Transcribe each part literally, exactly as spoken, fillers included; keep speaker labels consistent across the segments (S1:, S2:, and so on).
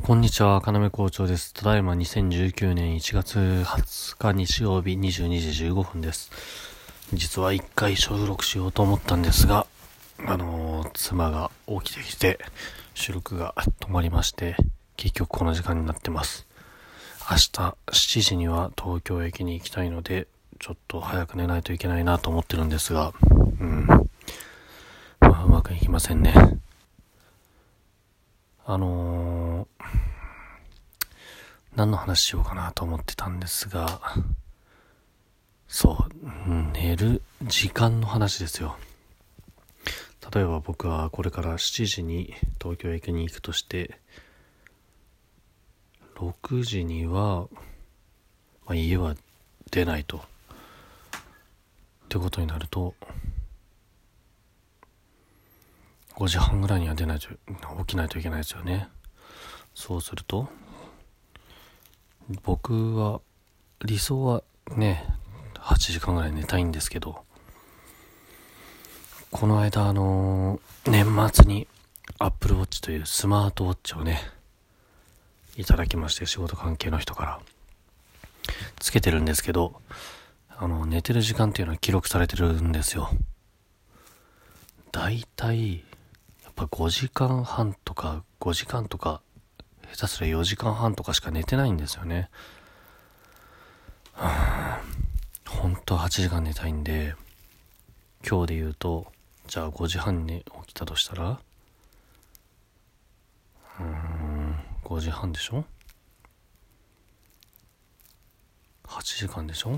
S1: こんにちは、かなめ校長です。ただいまにせんじゅうきゅうねんいちがつはつか日曜日にじゅうにじじゅうごふんです。実はいっかい収録しようと思ったんですが、あのー、妻が起きてきて収録が止まりまして、結局この時間になってます。明日しちじには東京駅に行きたいので、ちょっと早く寝ないといけないなと思ってるんですが、うん。まあ、うまくいきませんね。あのー、何の話しようかなと思ってたんですが、そう、寝る時間の話ですよ。例えば僕はこれからしちじに東京駅に行くとして、ろくじには、まあ、家は出ないと。ってことになると、ごじはんぐらいには出ないと、起きないといけないですよね。そうすると、僕は、理想はね、はちじかんぐらい寝たいんですけど、この間あのー、年末に Apple Watch というスマートウォッチをね、いただきまして、仕事関係の人からつけてるんですけど、あの寝てる時間っていうのは記録されてるんですよ。だいたいやっぱごじかんはんとかごじかんとか下手すらよじかんはんとかしか寝てないんですよね。本当ははちじかん寝たいんで、今日で言うとじゃあごじはんに起きたとしたら、うーんごじはんでしょ、はちじかんでしょ。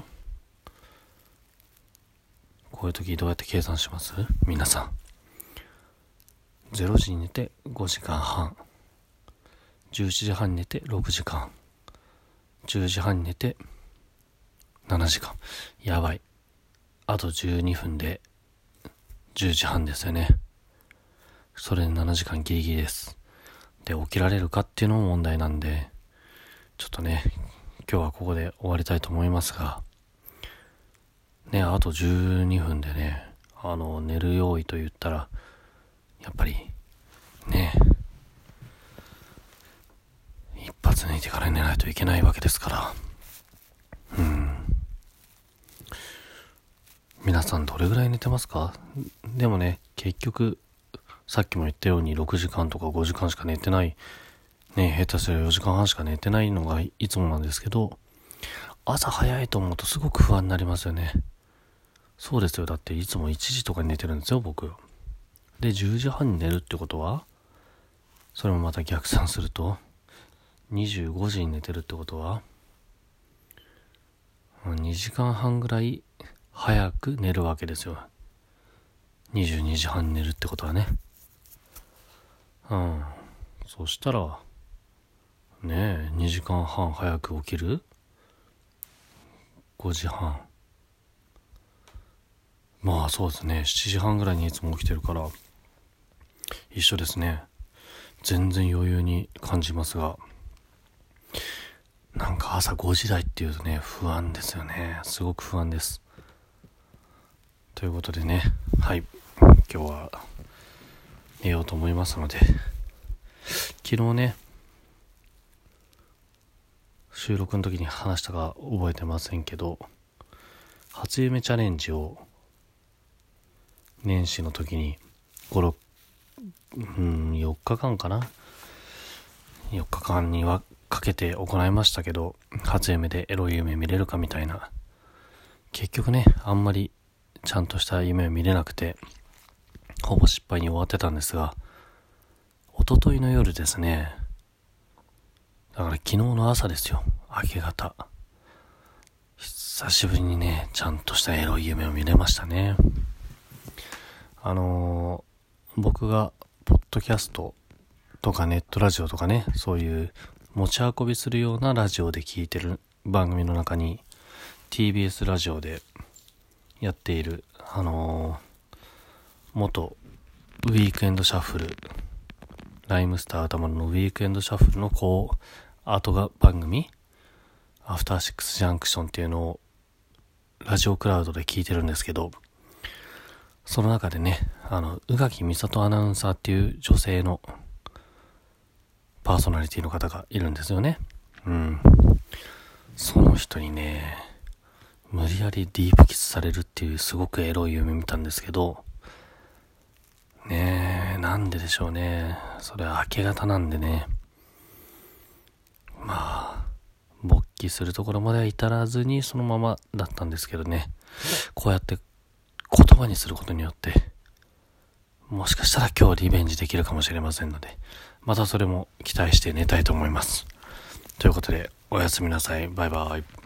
S1: こういう時どうやって計算します？皆さん。れいじに寝てごじかんはん、じゅういちじはんに寝てろくじかん、じゅうじはんに寝てななじかん。やばい。あとじゅうにふんでじゅうじはんですよね。それでななじかんギリギリです。で、起きられるかっていうのも問題なんで、ちょっとね、今日はここで終わりたいと思いますが、ね、あとじゅうにふんでね、あの、寝る用意と言ったら、やっぱり、ね、一発抜いてから寝ないといけないわけですから、うん。皆さんどれぐらい寝てますか？でもね、結局、さっきも言ったようにろくじかんとかごじかんしか寝てない、ね、下手すりゃよじかんはんしか寝てないのがいつもなんですけど、朝早いと思うとすごく不安になりますよね。そうですよ。だっていつもいちじとかに寝てるんですよ、僕。で、じゅうじはんに寝るってことは、それもまた逆算すると、にじゅうごじに寝てるってことは、にじかんはんぐらい早く寝るわけですよ。にじゅうにじはんに寝るってことはね。うん。そしたら、ねえ、にじかんはん早く起きる ?ごじはん。まあそうですね、しちじはんぐらいにいつも起きてるから、一緒ですね。全然余裕に感じますが、なんか朝ごじ台っていうとね、不安ですよね。すごく不安です。ということでね、はい、今日は寝ようと思いますので、昨日ね、収録の時に話したか覚えてませんけど、初夢チャレンジを年始の時にご、ろく、うん、よっかかんかなよっかかんにはかけて行いましたけど、初夢でエロい夢見れるかみたいな、結局ね、あんまりちゃんとした夢を見れなくて、ほぼ失敗に終わってたんですが、一昨日の夜ですね、だから昨日の朝ですよ、明け方、久しぶりにね、ちゃんとしたエロい夢を見れましたね。あのー、僕がポッドキャストとかネットラジオとかね、そういう持ち運びするようなラジオで聞いてる番組の中に ティービーエス ラジオでやっているあのー、元ウィークエンドシャッフル、ライムスター頭のウィークエンドシャッフルのこうアートが番組アフターシックスジャンクションっていうのをラジオクラウドで聞いてるんですけど、その中でね、あの宇垣美里アナウンサーっていう女性のパーソナリティの方がいるんですよね。うん。その人にね、無理やりディープキスされるっていうすごくエロい夢見たんですけど、ねえ、なんででしょうね。それは明け方なんでね。まあ、勃起するところまでは至らずにそのままだったんですけどね。こうやって言葉にすることによって、もしかしたら今日リベンジできるかもしれませんので、またそれも期待して寝たいと思います。ということで、おやすみなさい。バイバイ。